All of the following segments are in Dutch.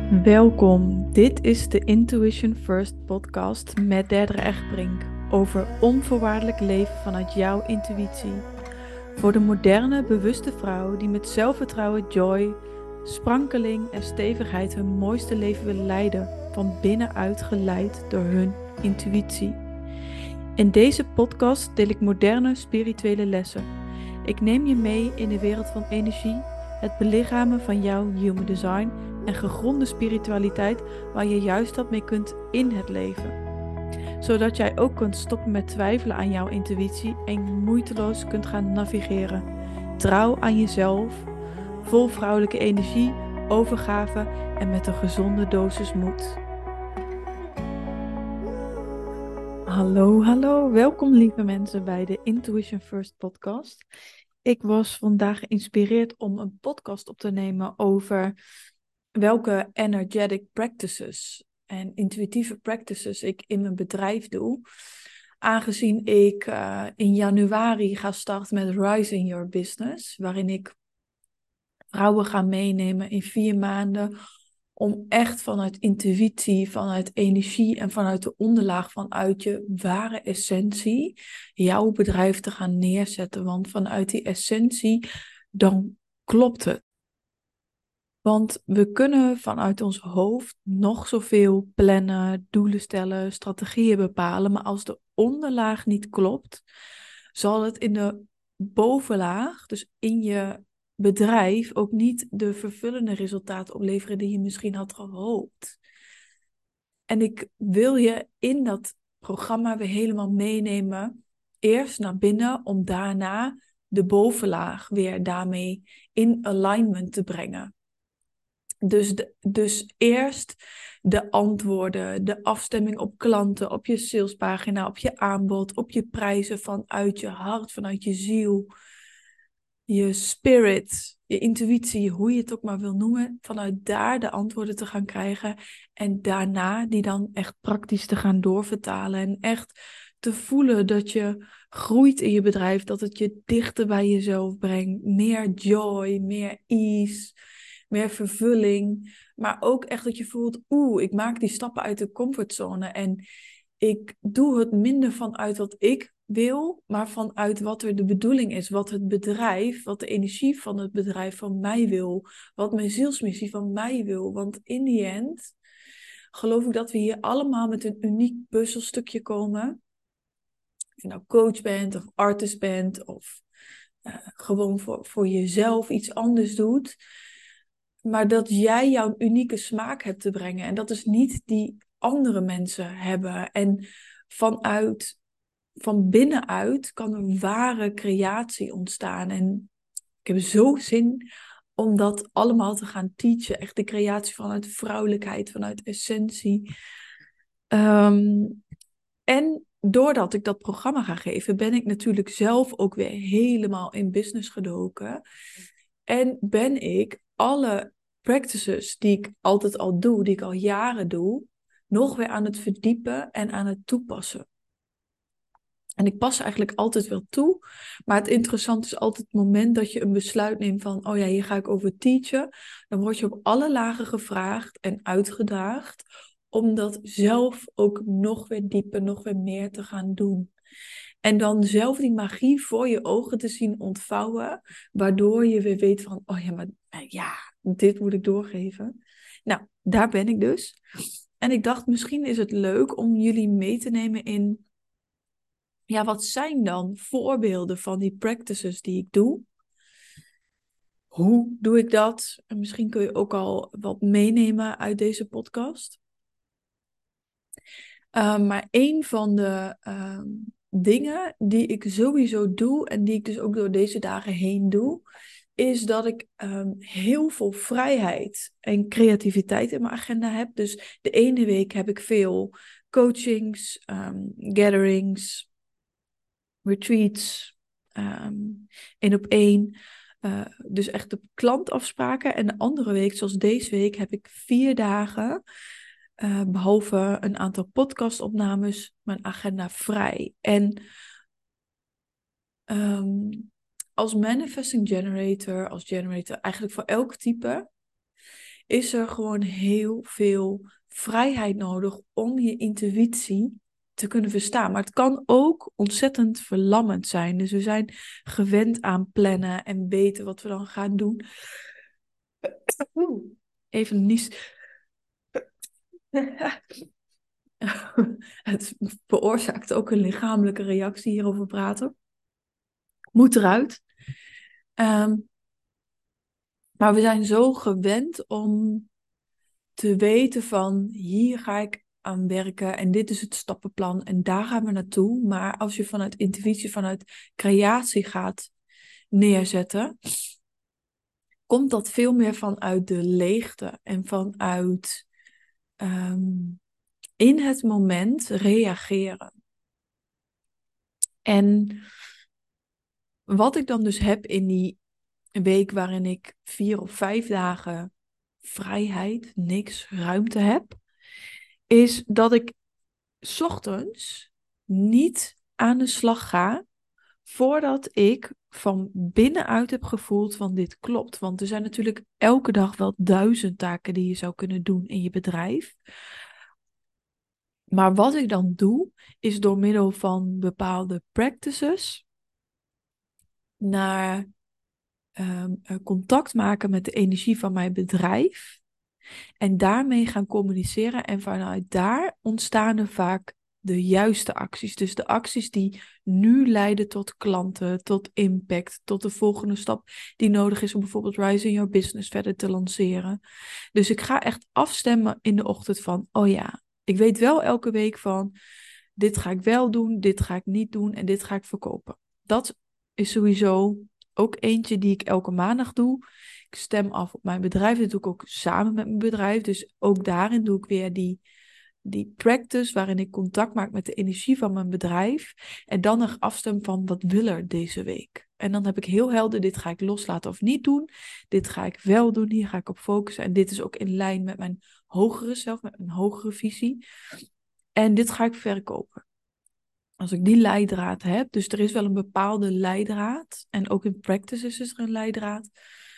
Welkom, dit is de Intuition First podcast met Deirdre Egbrink over onvoorwaardelijk leven vanuit jouw intuïtie. Voor de moderne, bewuste vrouw die met zelfvertrouwen, joy, sprankeling en stevigheid hun mooiste leven wil leiden, van binnenuit geleid door hun intuïtie. In deze podcast deel ik moderne spirituele lessen. Ik neem je mee in de wereld van energie, het belichamen van jouw human design en gegronde spiritualiteit waar je juist wat mee kunt in het leven. Zodat jij ook kunt stoppen met twijfelen aan jouw intuïtie en moeiteloos kunt gaan navigeren. Trouw aan jezelf, vol vrouwelijke energie, overgave en met een gezonde dosis moed. Hallo, welkom lieve mensen bij de Intuition First podcast. Ik was vandaag geïnspireerd om een podcast op te nemen over welke energetic practices en intuïtieve practices ik in mijn bedrijf doe. Aangezien ik in januari ga starten met Rise in Your Business, waarin ik vrouwen ga meenemen in 4 maanden om echt vanuit intuïtie, vanuit energie en vanuit de onderlaag, vanuit je ware essentie, jouw bedrijf te gaan neerzetten. Want vanuit die essentie, dan klopt het. Want we kunnen vanuit ons hoofd nog zoveel plannen, doelen stellen, strategieën bepalen. Maar als de onderlaag niet klopt, zal het in de bovenlaag, dus in je bedrijf, ook niet de vervullende resultaten opleveren die je misschien had gehoopt. En ik wil je in dat programma weer helemaal meenemen. Eerst naar binnen, om daarna de bovenlaag weer daarmee in alignment te brengen. Dus eerst de antwoorden, de afstemming op klanten, op je salespagina, op je aanbod, op je prijzen vanuit je hart, vanuit je ziel, je spirit, je intuïtie, hoe je het ook maar wil noemen, vanuit daar de antwoorden te gaan krijgen en daarna die dan echt praktisch te gaan doorvertalen en echt te voelen dat je groeit in je bedrijf, dat het je dichter bij jezelf brengt, meer joy, meer ease, meer vervulling, maar ook echt dat je voelt, ik maak die stappen uit de comfortzone en ik doe het minder vanuit wat ik wil, maar vanuit wat er de bedoeling is, wat het bedrijf, wat de energie van het bedrijf van mij wil, wat mijn zielsmissie van mij wil. Want in die end geloof ik dat we hier allemaal met een uniek puzzelstukje komen. Of je nou coach bent of artist bent of gewoon voor jezelf iets anders doet. Maar dat jij jouw unieke smaak hebt te brengen. En dat is niet die andere mensen hebben. En van binnenuit kan een ware creatie ontstaan. En ik heb zo zin om dat allemaal te gaan teachen. Echt de creatie vanuit vrouwelijkheid, vanuit essentie. En doordat ik dat programma ga geven, ben ik natuurlijk zelf ook weer helemaal in business gedoken. En ben ik alle practices die ik altijd al doe, die ik al jaren doe, nog weer aan het verdiepen en aan het toepassen. En ik pas eigenlijk altijd wel toe. Maar het interessante is altijd het moment dat je een besluit neemt van, oh ja, hier ga ik over teachen. Dan word je op alle lagen gevraagd en uitgedaagd om dat zelf ook nog weer dieper, nog weer meer te gaan doen. En dan zelf die magie voor je ogen te zien ontvouwen, waardoor je weer weet van, oh ja, maar ja, dit moet ik doorgeven. Nou, daar ben ik dus. En ik dacht, misschien is het leuk om jullie mee te nemen in, ja, wat zijn dan voorbeelden van die practices die ik doe? Hoe doe ik dat? En misschien kun je ook al wat meenemen uit deze podcast. Maar een van de dingen die ik sowieso doe en die ik dus ook door deze dagen heen doe, is dat ik heel veel vrijheid en creativiteit in mijn agenda heb. Dus de ene week heb ik veel coachings, gatherings, retreats, 1-op-1. Dus echt de klantafspraken. En de andere week, zoals deze week, heb ik 4 dagen, behalve een aantal podcastopnames, mijn agenda vrij. En als manifesting generator, als generator, eigenlijk voor elk type, is er gewoon heel veel vrijheid nodig om je intuïtie te kunnen verstaan. Maar het kan ook ontzettend verlammend zijn. Dus we zijn gewend aan plannen en weten wat we dan gaan doen. Even een nies. Het veroorzaakt ook een lichamelijke reactie hierover praten. Moet eruit. Maar we zijn zo gewend om te weten van hier ga ik aan werken en dit is het stappenplan en daar gaan we naartoe. Maar als je vanuit intuïtie, vanuit creatie gaat neerzetten, komt dat veel meer vanuit de leegte en vanuit in het moment reageren. En wat ik dan dus heb in die week waarin ik 4 of 5 dagen vrijheid, niks, ruimte heb, is dat ik 's ochtends niet aan de slag ga voordat ik van binnenuit heb gevoeld van dit klopt. Want er zijn natuurlijk elke dag wel 1000 taken die je zou kunnen doen in je bedrijf. Maar wat ik dan doe, is door middel van bepaalde practices naar contact maken met de energie van mijn bedrijf. En daarmee gaan communiceren. En vanuit daar ontstaan er vaak de juiste acties. Dus de acties die nu leiden tot klanten, tot impact, tot de volgende stap die nodig is om bijvoorbeeld Rise in Your Business verder te lanceren. Dus ik ga echt afstemmen in de ochtend van, oh ja, ik weet wel elke week van, dit ga ik wel doen, dit ga ik niet doen en dit ga ik verkopen. Dat is sowieso ook eentje die ik elke maandag doe. Ik stem af op mijn bedrijf. Dat doe ik ook samen met mijn bedrijf. Dus ook daarin doe ik weer die practice waarin ik contact maak met de energie van mijn bedrijf. En dan nog afstem van wat wil er deze week. En dan heb ik heel helder, dit ga ik loslaten of niet doen. Dit ga ik wel doen, hier ga ik op focussen. En dit is ook in lijn met mijn hogere zelf, met mijn hogere visie. En dit ga ik verkopen. Als ik die leidraad heb, dus er is wel een bepaalde leidraad. En ook in practice is er een leidraad.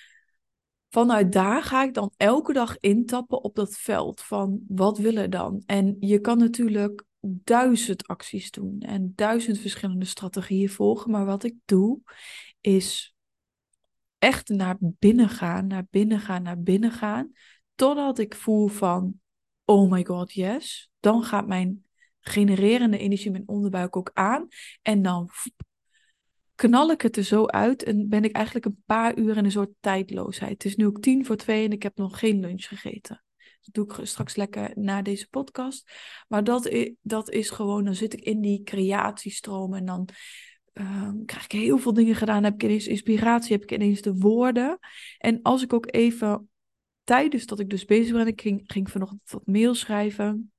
Vanuit daar ga ik dan elke dag intappen op dat veld van wat wil er dan? En je kan natuurlijk 1000 acties doen en 1000 verschillende strategieën volgen. Maar wat ik doe is echt naar binnen gaan, naar binnen gaan, naar binnen gaan. Totdat ik voel van, oh my god, yes. Dan gaat mijn genererende energie, mijn onderbuik ook aan. En dan knal ik het er zo uit en ben ik eigenlijk een paar uur in een soort tijdloosheid. Het is nu ook 1:50 en ik heb nog geen lunch gegeten. Dat doe ik straks lekker na deze podcast. Maar dat is gewoon, dan zit ik in die creatiestroom en dan krijg ik heel veel dingen gedaan. Heb ik ineens inspiratie, heb ik ineens de woorden. En als ik ook even, tijdens dat ik dus bezig ben, ik ging vanochtend wat mail schrijven.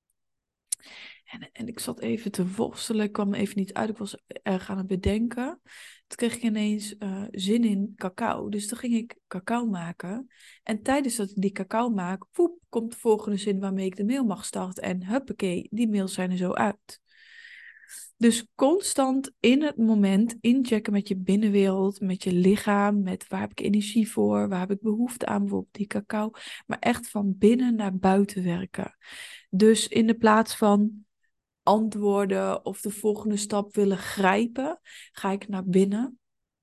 En ik zat even te worstelen, ik kwam er even niet uit, ik was erg aan het bedenken. Toen kreeg ik ineens zin in cacao, dus toen ging ik cacao maken. En tijdens dat ik die cacao maak, poep, komt de volgende zin waarmee ik de mail mag starten. En huppakee, die mails zijn er zo uit. Dus constant in het moment inchecken met je binnenwereld, met je lichaam, met waar heb ik energie voor, waar heb ik behoefte aan, bijvoorbeeld die cacao. Maar echt van binnen naar buiten werken. Dus in de plaats van antwoorden of de volgende stap willen grijpen, ga ik naar binnen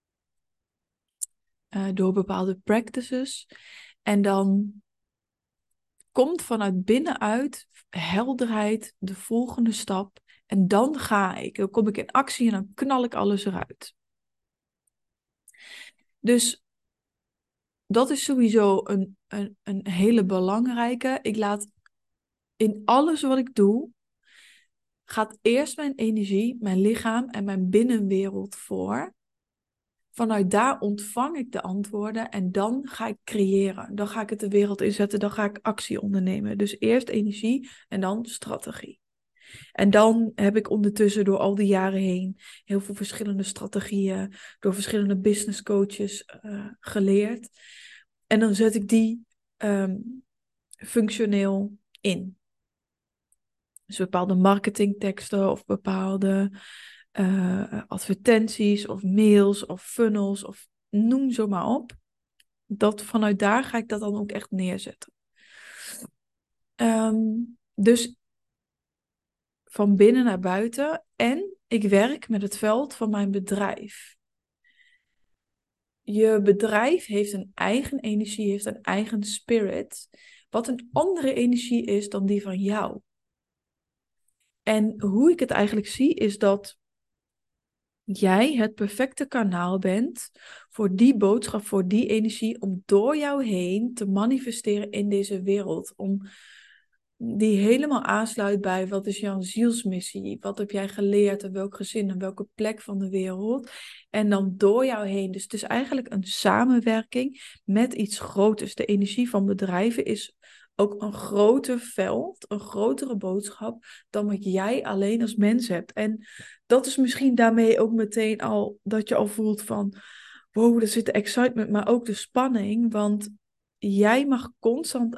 door bepaalde practices. En dan komt vanuit binnenuit helderheid de volgende stap. En dan ga ik, dan kom ik in actie en dan knal ik alles eruit. Dus dat is sowieso een hele belangrijke. Ik laat in alles wat ik doe, gaat eerst mijn energie, mijn lichaam en mijn binnenwereld voor. Vanuit daar ontvang ik de antwoorden en dan ga ik creëren. Dan ga ik het de wereld inzetten, dan ga ik actie ondernemen. Dus eerst energie en dan strategie. En dan heb ik ondertussen door al die jaren heen heel veel verschillende strategieën, door verschillende business coaches geleerd. En dan zet ik die functioneel in. Dus bepaalde marketingteksten of bepaalde advertenties of mails of funnels of noem zo maar op. vanuit daar ga ik dat dan ook echt neerzetten. Dus van binnen naar buiten. En ik werk met het veld van mijn bedrijf. Je bedrijf heeft een eigen energie, heeft een eigen spirit. Wat een andere energie is dan die van jou. En hoe ik het eigenlijk zie is dat jij het perfecte kanaal bent voor die boodschap, voor die energie, om door jou heen te manifesteren in deze wereld. Om die helemaal aansluit bij wat is jouw zielsmissie? Wat heb jij geleerd in welk gezin en welke plek van de wereld? En dan door jou heen. Dus het is eigenlijk een samenwerking met iets groters. De energie van bedrijven is ook een groter veld, een grotere boodschap dan wat jij alleen als mens hebt. En dat is misschien daarmee ook meteen al dat je al voelt van, wow, er zit de excitement, maar ook de spanning. Want jij mag constant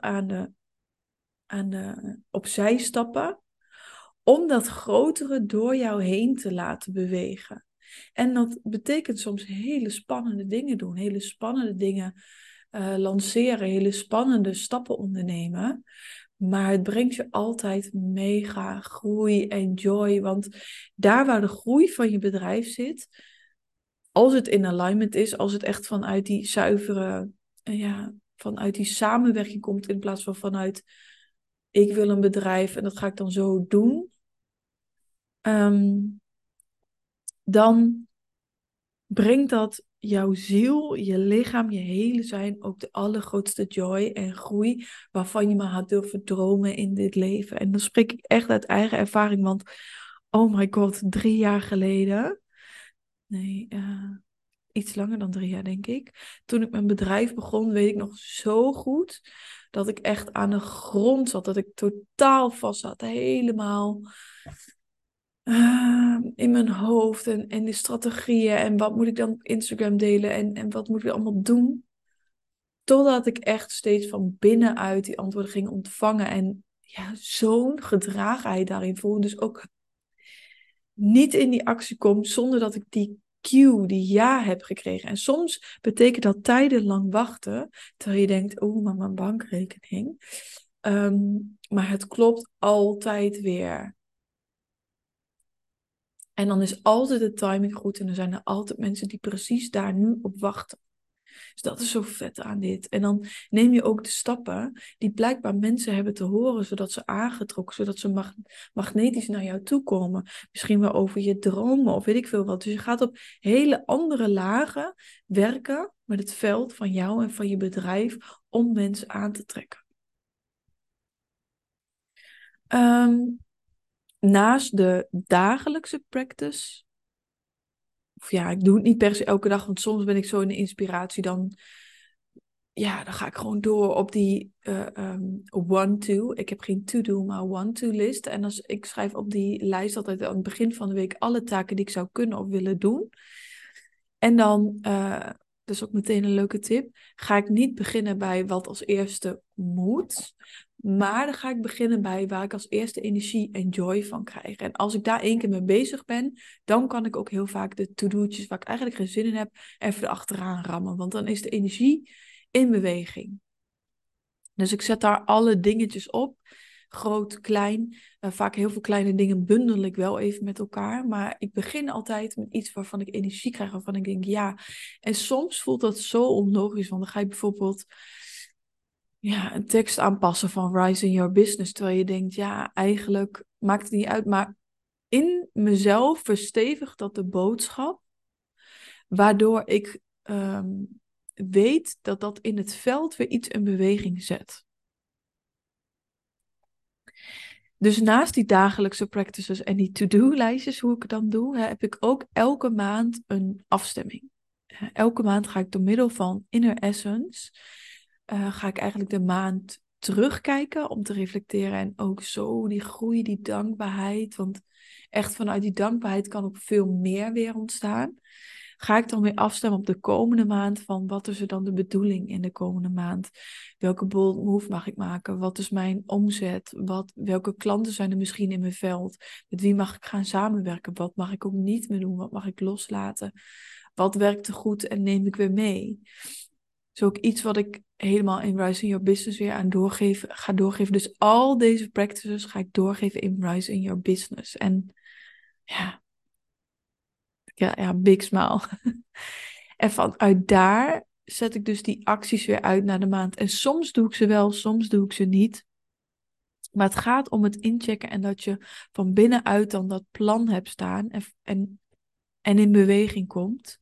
opzij stappen om dat grotere door jou heen te laten bewegen. En dat betekent soms hele spannende dingen doen, hele spannende dingen lanceren, hele spannende stappen ondernemen. Maar het brengt je altijd mega groei en joy. Want daar waar de groei van je bedrijf zit, als het in alignment is, als het echt vanuit die zuivere, vanuit die samenwerking komt in plaats van vanuit ik wil een bedrijf en dat ga ik dan zo doen. Dan brengt dat jouw ziel, je lichaam, je hele zijn ook de allergrootste joy en groei waarvan je maar had durven dromen in dit leven. En dan spreek ik echt uit eigen ervaring, want oh my god, 3 jaar geleden, nee, iets langer dan 3 jaar denk ik. Toen ik mijn bedrijf begon, weet ik nog zo goed dat ik echt aan de grond zat, dat ik totaal vast zat, helemaal in mijn hoofd en de strategieën en wat moet ik dan op Instagram delen en wat moet ik allemaal doen. Totdat ik echt steeds van binnenuit die antwoorden ging ontvangen en ja, zo'n gedragenheid daarin voelde. Dus ook niet in die actie kom zonder dat ik die cue, die ja heb gekregen. En soms betekent dat tijdenlang wachten, terwijl je denkt, oh, maar mijn bankrekening. Maar het klopt altijd weer. En dan is altijd de timing goed en er zijn er altijd mensen die precies daar nu op wachten. Dus dat is zo vet aan dit. En dan neem je ook de stappen die blijkbaar mensen hebben te horen, zodat ze aangetrokken, zodat ze magnetisch naar jou toe komen. Misschien wel over je dromen of weet ik veel wat. Dus je gaat op hele andere lagen werken met het veld van jou en van je bedrijf om mensen aan te trekken. Naast de dagelijkse practice, of ja, ik doe het niet per se elke dag, want soms ben ik zo in de inspiratie, dan ga ik gewoon door op die one-to. Ik heb geen to-do, maar one-to list. En ik schrijf op die lijst altijd aan het begin van de week alle taken die ik zou kunnen of willen doen. En dan, dus ook meteen een leuke tip, ga ik niet beginnen bij wat als eerste moet. Maar dan ga ik beginnen bij waar ik als eerste energie en joy van krijg. En als ik daar 1 keer mee bezig ben, dan kan ik ook heel vaak de to-do'tjes waar ik eigenlijk geen zin in heb, even erachteraan rammen. Want dan is de energie in beweging. Dus ik zet daar alle dingetjes op. Groot, klein. Vaak heel veel kleine dingen bundel ik wel even met elkaar. Maar ik begin altijd met iets waarvan ik energie krijg. Waarvan ik denk ja. En soms voelt dat zo onlogisch. Want dan ga je bijvoorbeeld een tekst aanpassen van Rise in Your Business. Terwijl je denkt ja, eigenlijk maakt het niet uit. Maar in mezelf verstevigt dat de boodschap. Waardoor ik weet dat dat in het veld weer iets in beweging zet. Dus naast die dagelijkse practices en die to-do-lijstjes, hoe ik het dan doe, heb ik ook elke maand een afstemming. Elke maand ga ik door middel van Inner Essence, ga ik eigenlijk de maand terugkijken om te reflecteren. En ook zo die groei, die dankbaarheid. Want echt vanuit die dankbaarheid kan ook veel meer weer ontstaan. Ga ik dan weer afstemmen op de komende maand van wat is er dan de bedoeling in de komende maand? Welke bold move mag ik maken? Wat is mijn omzet? Welke klanten zijn er misschien in mijn veld? Met wie mag ik gaan samenwerken? Wat mag ik ook niet meer doen? Wat mag ik loslaten? Wat werkte goed en neem ik weer mee? is ook iets wat ik helemaal in Rise in Your Business weer aan ga doorgeven. Dus al deze practices ga ik doorgeven in Rise in Your Business. En ja, big smile. En vanuit daar zet ik dus die acties weer uit naar de maand. En soms doe ik ze wel, soms doe ik ze niet. Maar het gaat om het inchecken en dat je van binnenuit dan dat plan hebt staan en in beweging komt.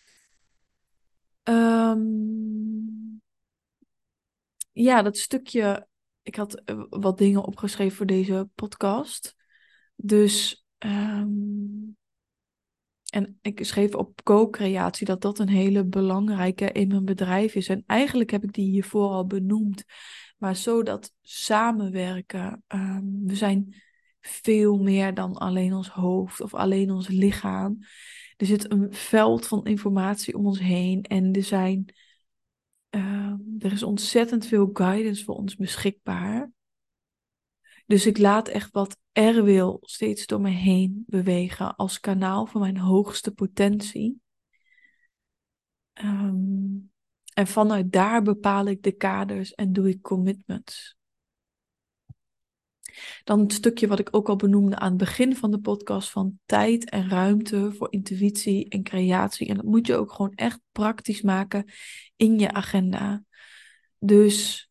Ja, dat stukje. Ik had wat dingen opgeschreven voor deze podcast. Dus, en ik schreef op co-creatie dat een hele belangrijke in mijn bedrijf is. En eigenlijk heb ik die hiervoor al benoemd. Maar zo dat samenwerken. We zijn veel meer dan alleen ons hoofd of alleen ons lichaam. Er zit een veld van informatie om ons heen. En er is ontzettend veel guidance voor ons beschikbaar. Dus ik laat echt wat er wil steeds door me heen bewegen als kanaal van mijn hoogste potentie. En vanuit daar bepaal ik de kaders en doe ik commitments. Dan het stukje wat ik ook al benoemde aan het begin van de podcast van tijd en ruimte voor intuïtie en creatie. En dat moet je ook gewoon echt praktisch maken in je agenda. Dus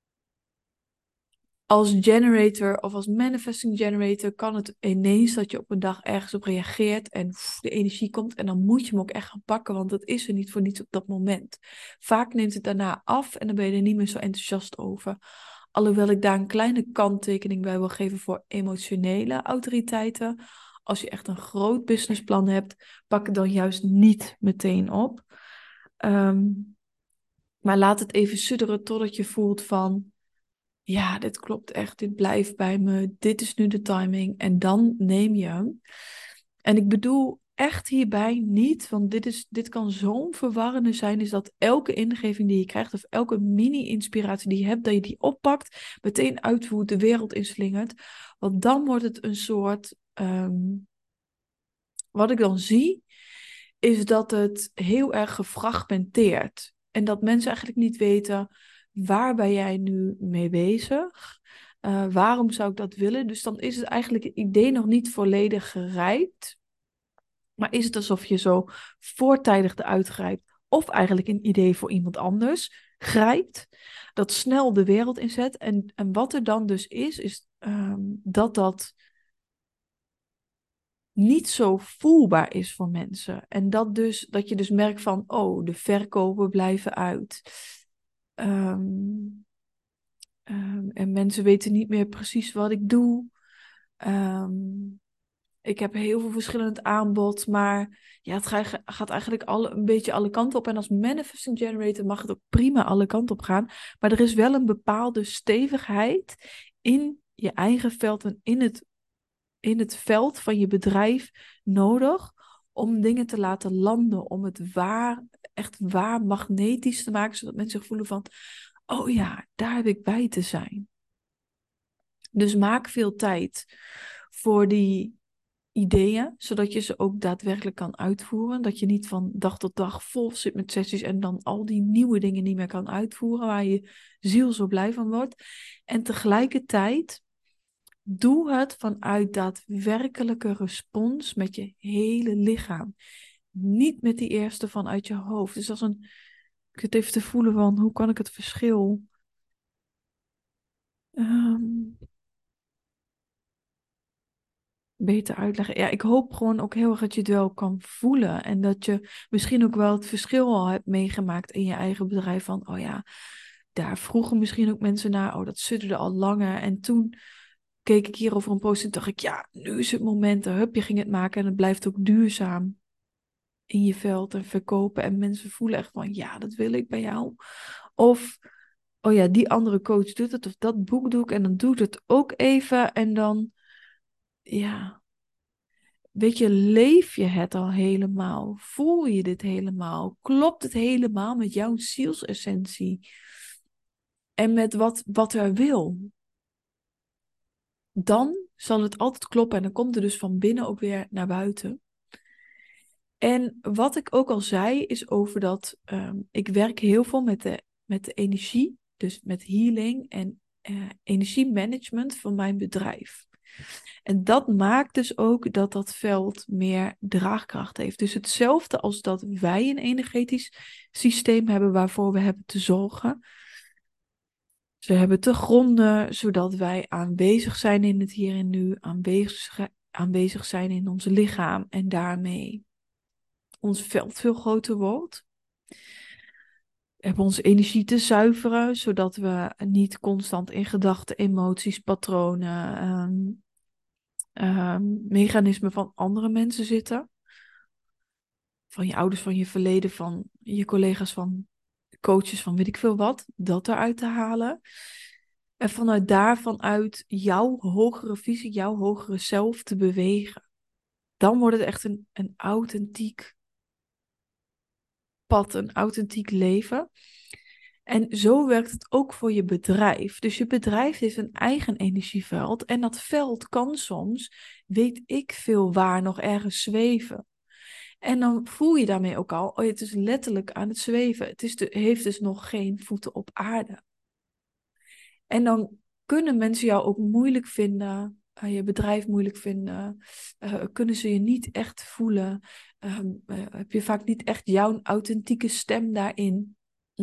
als generator of als manifesting generator kan het ineens dat je op een dag ergens op reageert en de energie komt en dan moet je hem ook echt gaan pakken, want dat is er niet voor niets op dat moment. Vaak neemt het daarna af en dan ben je er niet meer zo enthousiast over. Alhoewel ik daar een kleine kanttekening bij wil geven voor emotionele autoriteiten. Als je echt een groot businessplan hebt, pak het dan juist niet meteen op. Maar laat het even sudderen totdat je voelt van, ja, dit klopt echt, dit blijft bij me, dit is nu de timing en dan neem je hem. En ik bedoel echt hierbij niet, want dit kan zo'n verwarrende zijn, is dat elke ingeving die je krijgt of elke mini-inspiratie die je hebt, dat je die oppakt, meteen uitvoert, de wereld inslingert. Want dan wordt het een soort, wat ik dan zie, is dat het heel erg gefragmenteerd. En dat mensen eigenlijk niet weten, waar ben jij nu mee bezig? Waarom zou ik dat willen? Dus dan is het eigenlijk het idee nog niet volledig gerijpt. Maar is het alsof je zo voortijdig eruit grijpt? Of eigenlijk een idee voor iemand anders grijpt. Dat snel de wereld inzet. En wat er dan dus is dat niet zo voelbaar is voor mensen. En dat je dus merkt van, oh, de verkopen blijven uit. En mensen weten niet meer precies wat ik doe. Ik heb heel veel verschillend aanbod, maar ja, het gaat eigenlijk een beetje alle kanten op. En als manifesting generator mag het ook prima alle kanten op gaan. Maar er is wel een bepaalde stevigheid in je eigen veld en in het veld van je bedrijf nodig om dingen te laten landen, om het echt waar magnetisch te maken, zodat mensen zich voelen van, oh ja, daar heb ik bij te zijn. Dus maak veel tijd voor die ideeën, zodat je ze ook daadwerkelijk kan uitvoeren. Dat je niet van dag tot dag vol zit met sessies en dan al die nieuwe dingen niet meer kan uitvoeren, waar je ziel zo blij van wordt. En tegelijkertijd doe het vanuit daadwerkelijke respons met je hele lichaam. Niet met die eerste vanuit je hoofd. Dus als ik zit even te voelen van, hoe kan ik het verschil beter uitleggen? Ja, ik hoop gewoon ook heel erg dat je het wel kan voelen. En dat je misschien ook wel het verschil al hebt meegemaakt in je eigen bedrijf. Van, oh ja, daar vroegen misschien ook mensen naar. Oh, dat sudderde al langer. En toen keek ik hier over een post en dacht ik, ja, nu is het moment. Hup, je ging het maken en het blijft ook duurzaam in je veld en verkopen. En mensen voelen echt van, ja, dat wil ik bij jou. Of, oh ja, die andere coach doet het. Of dat boek doe ik en dan doet het ook even. En dan, ja, weet je, leef je het al helemaal? Voel je dit helemaal? Klopt het helemaal met jouw zielsessentie? En met wat er wil? Dan zal het altijd kloppen en dan komt er dus van binnen ook weer naar buiten. En wat ik ook al zei, is over dat ik werk heel veel met de energie, dus met healing en energiemanagement van mijn bedrijf. En dat maakt dus ook dat dat veld meer draagkracht heeft. Dus hetzelfde als dat wij een energetisch systeem hebben waarvoor we hebben te zorgen. Ze hebben te gronden, zodat wij aanwezig zijn in het hier en nu, aanwezig zijn in ons lichaam en daarmee ons veld veel groter wordt. We hebben onze energie te zuiveren, zodat we niet constant in gedachten, emoties, patronen, mechanismen van andere mensen zitten. Van je ouders, van je verleden, van je collega's, van coaches, van weet ik veel wat. Dat eruit te halen. En vanuit jouw hogere visie, jouw hogere zelf te bewegen. Dan wordt het echt een authentiek pad, een authentiek leven. En zo werkt het ook voor je bedrijf. Dus je bedrijf heeft een eigen energieveld. En dat veld kan soms, weet ik veel waar, nog ergens zweven. En dan voel je daarmee ook al, het is letterlijk aan het zweven. Heeft dus nog geen voeten op aarde. En dan kunnen mensen jou ook moeilijk vinden, je bedrijf moeilijk vinden, kunnen ze je niet echt voelen, heb je vaak niet echt jouw authentieke stem daarin.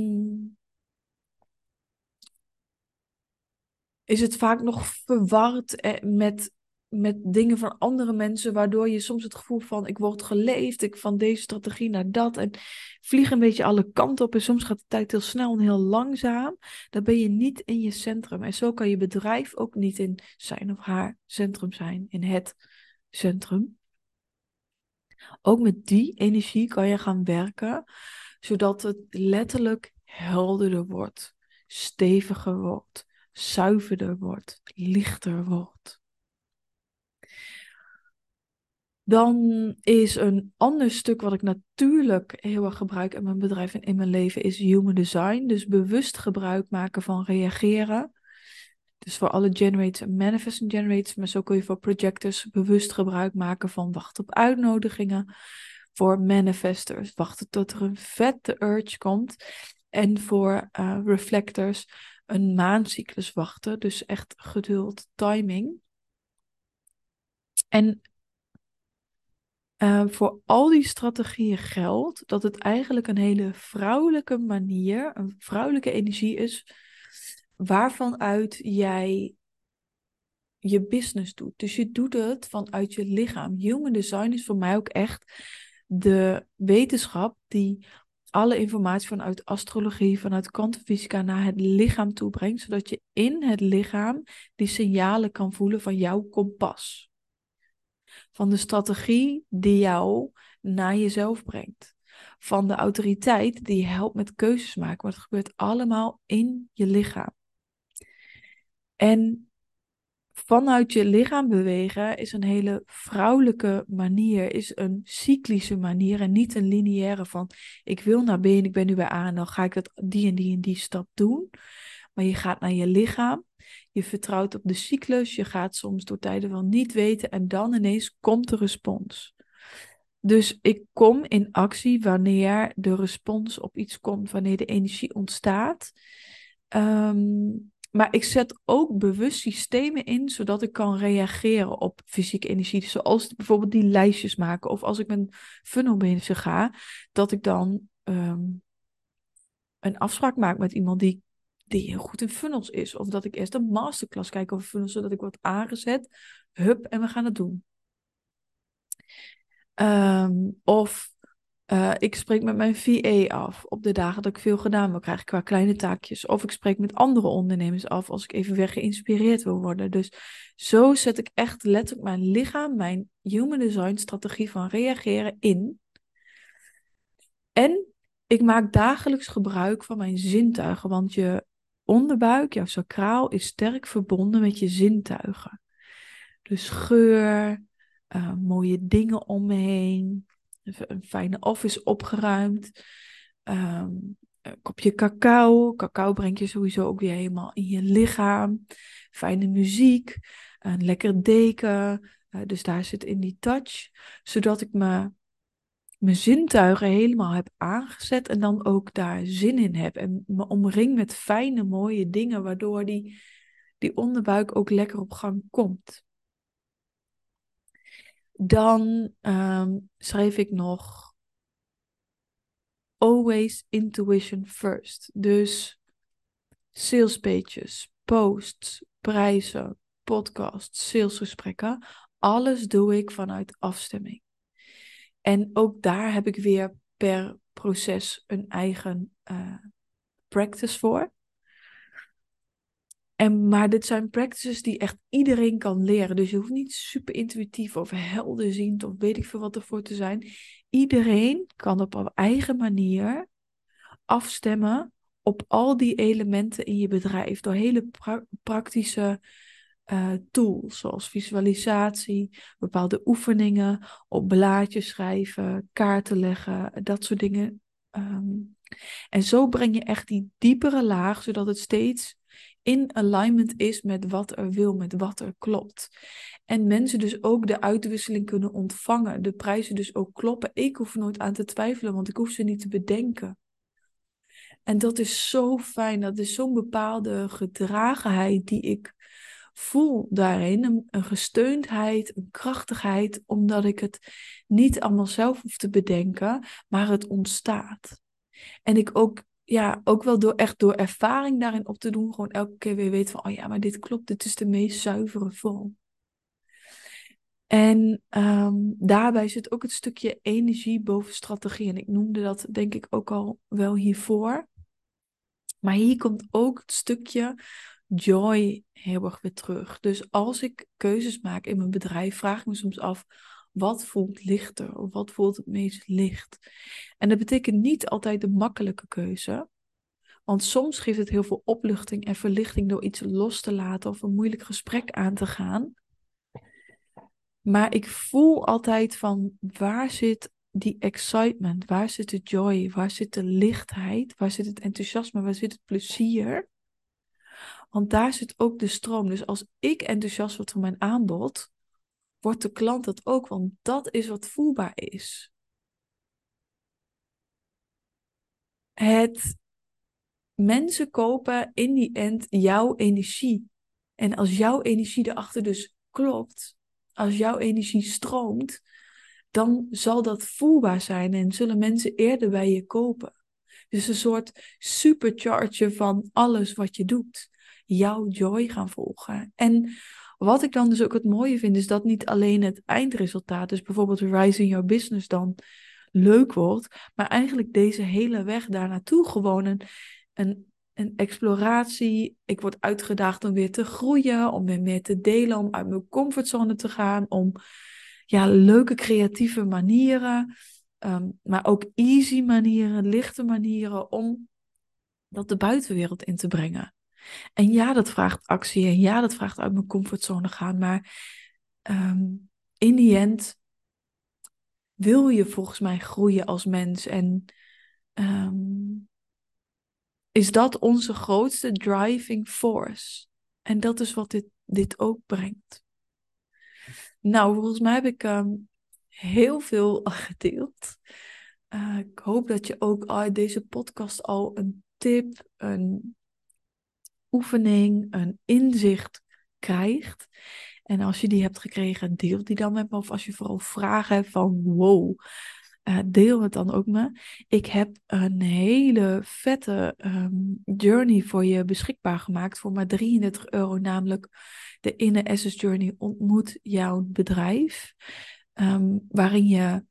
Is het vaak nog verward met dingen van andere mensen, waardoor je soms het gevoel van ik word geleefd, ik van deze strategie naar dat en vlieg een beetje alle kanten op en soms gaat de tijd heel snel en heel langzaam. Dan ben je niet in je centrum en zo kan je bedrijf ook niet in zijn of haar centrum zijn, in het centrum. Ook met die energie kan je gaan werken, zodat het letterlijk helderder wordt, steviger wordt, zuiverder wordt, lichter wordt. Dan is een ander stuk wat ik natuurlijk heel erg gebruik in mijn bedrijf en in mijn leven is human design. Dus bewust gebruik maken van reageren. Dus voor alle generators en manifesting generators, maar zo kun je voor projectors bewust gebruik maken van wachten op uitnodigingen. Voor manifestors wachten tot er een vette urge komt. En voor reflectors een maancyclus wachten. Dus echt geduld, timing. En voor al die strategieën geldt dat het eigenlijk een hele vrouwelijke manier, een vrouwelijke energie is, waarvan uit jij je business doet. Dus je doet het vanuit je lichaam. Human design is voor mij ook echt de wetenschap die alle informatie vanuit astrologie, vanuit kwantumfysica naar het lichaam toe brengt, zodat je in het lichaam die signalen kan voelen van jouw kompas. Van de strategie die jou naar jezelf brengt. Van de autoriteit die je helpt met keuzes maken. Want het gebeurt allemaal in je lichaam. En vanuit je lichaam bewegen is een hele vrouwelijke manier. Is een cyclische manier. En niet een lineaire van ik wil naar B en ik ben nu bij A. En dan ga ik die en die en die stap doen. Maar je gaat naar je lichaam. Je vertrouwt op de cyclus. Je gaat soms door tijden van niet weten. En dan ineens komt de respons. Dus ik kom in actie wanneer de respons op iets komt. Wanneer de energie ontstaat. Maar ik zet ook bewust systemen in. Zodat ik kan reageren op fysieke energie. Zoals bijvoorbeeld die lijstjes maken. Of als ik met funnel bezig ga. Dat ik dan een afspraak maak met iemand die heel goed in funnels is. Of dat ik eerst een masterclass kijk over funnels, zodat ik word aangezet. Hup, en we gaan het doen. Ik spreek met mijn VA af op de dagen dat ik veel gedaan wil krijgen qua kleine taakjes. Of ik spreek met andere ondernemers af als ik even weer geïnspireerd wil worden. Dus zo zet ik echt letterlijk mijn lichaam, mijn human design strategie van reageren in. En ik maak dagelijks gebruik van mijn zintuigen, want je onderbuik, jouw sacraal, is sterk verbonden met je zintuigen. Dus geur, mooie dingen om me heen, een fijne office opgeruimd, een kopje cacao. Cacao brengt je sowieso ook weer helemaal in je lichaam. Fijne muziek, een lekker deken, dus daar zit in die touch, zodat ik me mijn zintuigen helemaal heb aangezet en dan ook daar zin in heb. En me omring met fijne, mooie dingen, waardoor die onderbuik ook lekker op gang komt. Dan schreef ik nog always intuition first. Dus sales pages, posts, prijzen, podcasts, salesgesprekken. Alles doe ik vanuit afstemming. En ook daar heb ik weer per proces een eigen practice voor. Maar dit zijn practices die echt iedereen kan leren. Dus je hoeft niet super intuïtief of helderziend of weet ik veel wat ervoor te zijn. Iedereen kan op een eigen manier afstemmen op al die elementen in je bedrijf. Door hele praktische tools zoals visualisatie, bepaalde oefeningen, op blaadjes schrijven, kaarten leggen, dat soort dingen. En zo breng je echt die diepere laag, zodat het steeds in alignment is met wat er wil, met wat er klopt. En mensen dus ook de uitwisseling kunnen ontvangen, de prijzen dus ook kloppen. Ik hoef nooit aan te twijfelen, want ik hoef ze niet te bedenken. En dat is zo fijn, dat is zo'n bepaalde gedragenheid die ik voel daarin. Een gesteundheid, een krachtigheid, omdat ik het niet allemaal zelf hoef te bedenken, maar het ontstaat. En ik ook wel door ervaring daarin op te doen, gewoon elke keer weer weet van, oh ja, maar dit klopt, dit is de meest zuivere vorm. En daarbij zit ook het stukje energie boven strategie. En ik noemde dat denk ik ook al wel hiervoor. Maar hier komt ook het stukje joy heel erg weer terug. Dus als ik keuzes maak in mijn bedrijf, vraag ik me soms af, wat voelt lichter? Of wat voelt het meest licht? En dat betekent niet altijd de makkelijke keuze. Want soms geeft het heel veel opluchting en verlichting door iets los te laten of een moeilijk gesprek aan te gaan. Maar ik voel altijd van, waar zit die excitement? Waar zit de joy? Waar zit de lichtheid? Waar zit het enthousiasme? Waar zit het plezier? Want daar zit ook de stroom. Dus als ik enthousiast word van mijn aanbod, wordt de klant dat ook. Want dat is wat voelbaar is. Mensen kopen in die end jouw energie. En als jouw energie erachter dus klopt, als jouw energie stroomt, dan zal dat voelbaar zijn en zullen mensen eerder bij je kopen. Dus een soort supercharge van alles wat je doet. Jouw joy gaan volgen. En wat ik dan dus ook het mooie vind, is dat niet alleen het eindresultaat, dus bijvoorbeeld Rise in Your Business dan leuk wordt, maar eigenlijk deze hele weg daar naartoe gewoon een exploratie. Ik word uitgedaagd om weer te groeien, om weer meer te delen, om uit mijn comfortzone te gaan, om leuke creatieve manieren, maar ook easy manieren, lichte manieren om dat de buitenwereld in te brengen. En ja, dat vraagt actie en ja, dat vraagt uit mijn comfortzone gaan, maar in die end wil je volgens mij groeien als mens en is dat onze grootste driving force. En dat is wat dit ook brengt. Nou, volgens mij heb ik heel veel gedeeld. Ik hoop dat je ook uit deze podcast al een tip, een oefening, een inzicht krijgt. En als je die hebt gekregen, deel die dan met me. Of als je vooral vragen hebt van wow, deel het dan ook me. Ik heb een hele vette journey voor je beschikbaar gemaakt voor maar €33. Namelijk de Inner Essence Journey ontmoet jouw bedrijf. Waarin je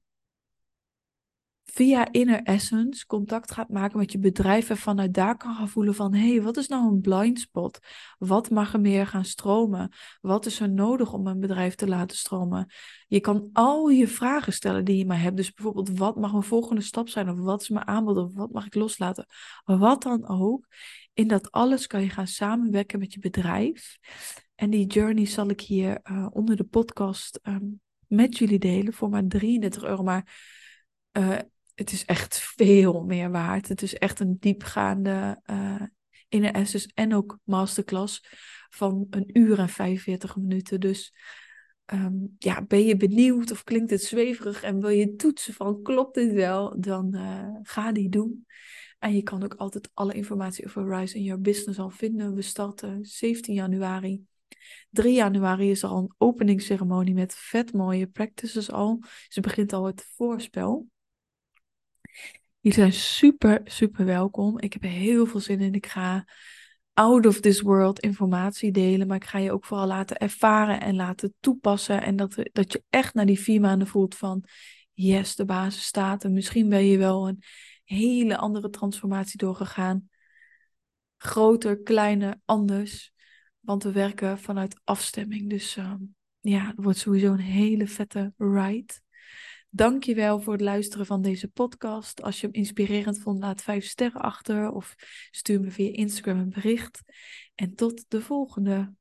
via Inner Essence contact gaat maken met je bedrijf en vanuit daar kan gaan voelen van hey, wat is nou een blind spot? Wat mag er meer gaan stromen? Wat is er nodig om een bedrijf te laten stromen? Je kan al je vragen stellen die je maar hebt. Dus bijvoorbeeld wat mag mijn volgende stap zijn? Of wat is mijn aanbod? Of wat mag ik loslaten? Wat dan ook. In dat alles kan je gaan samenwerken met je bedrijf. En die journey zal ik hier onder de podcast met jullie delen voor maar €33. Maar het is echt veel meer waard. Het is echt een diepgaande Inner Essence en ook masterclass van 1 uur en 45 minuten. Dus Ben je benieuwd of klinkt het zweverig en wil je toetsen van klopt dit wel, dan ga die doen. En je kan ook altijd alle informatie over Rise in Your Business al vinden. We starten 17 januari. 3 januari is er al een openingsceremonie met vet mooie practices al. Ze begint al het voorspel. Jullie zijn super, super welkom. Ik heb er heel veel zin in. Ik ga out of this world informatie delen. Maar ik ga je ook vooral laten ervaren en laten toepassen. En dat je echt na die 4 maanden voelt van yes, de basis staat. En misschien ben je wel een hele andere transformatie doorgegaan. Groter, kleiner, anders. Want we werken vanuit afstemming. Dus het wordt sowieso een hele vette ride. Dank je wel voor het luisteren van deze podcast. Als je hem inspirerend vond, laat 5 sterren achter of stuur me via Instagram een bericht. En tot de volgende.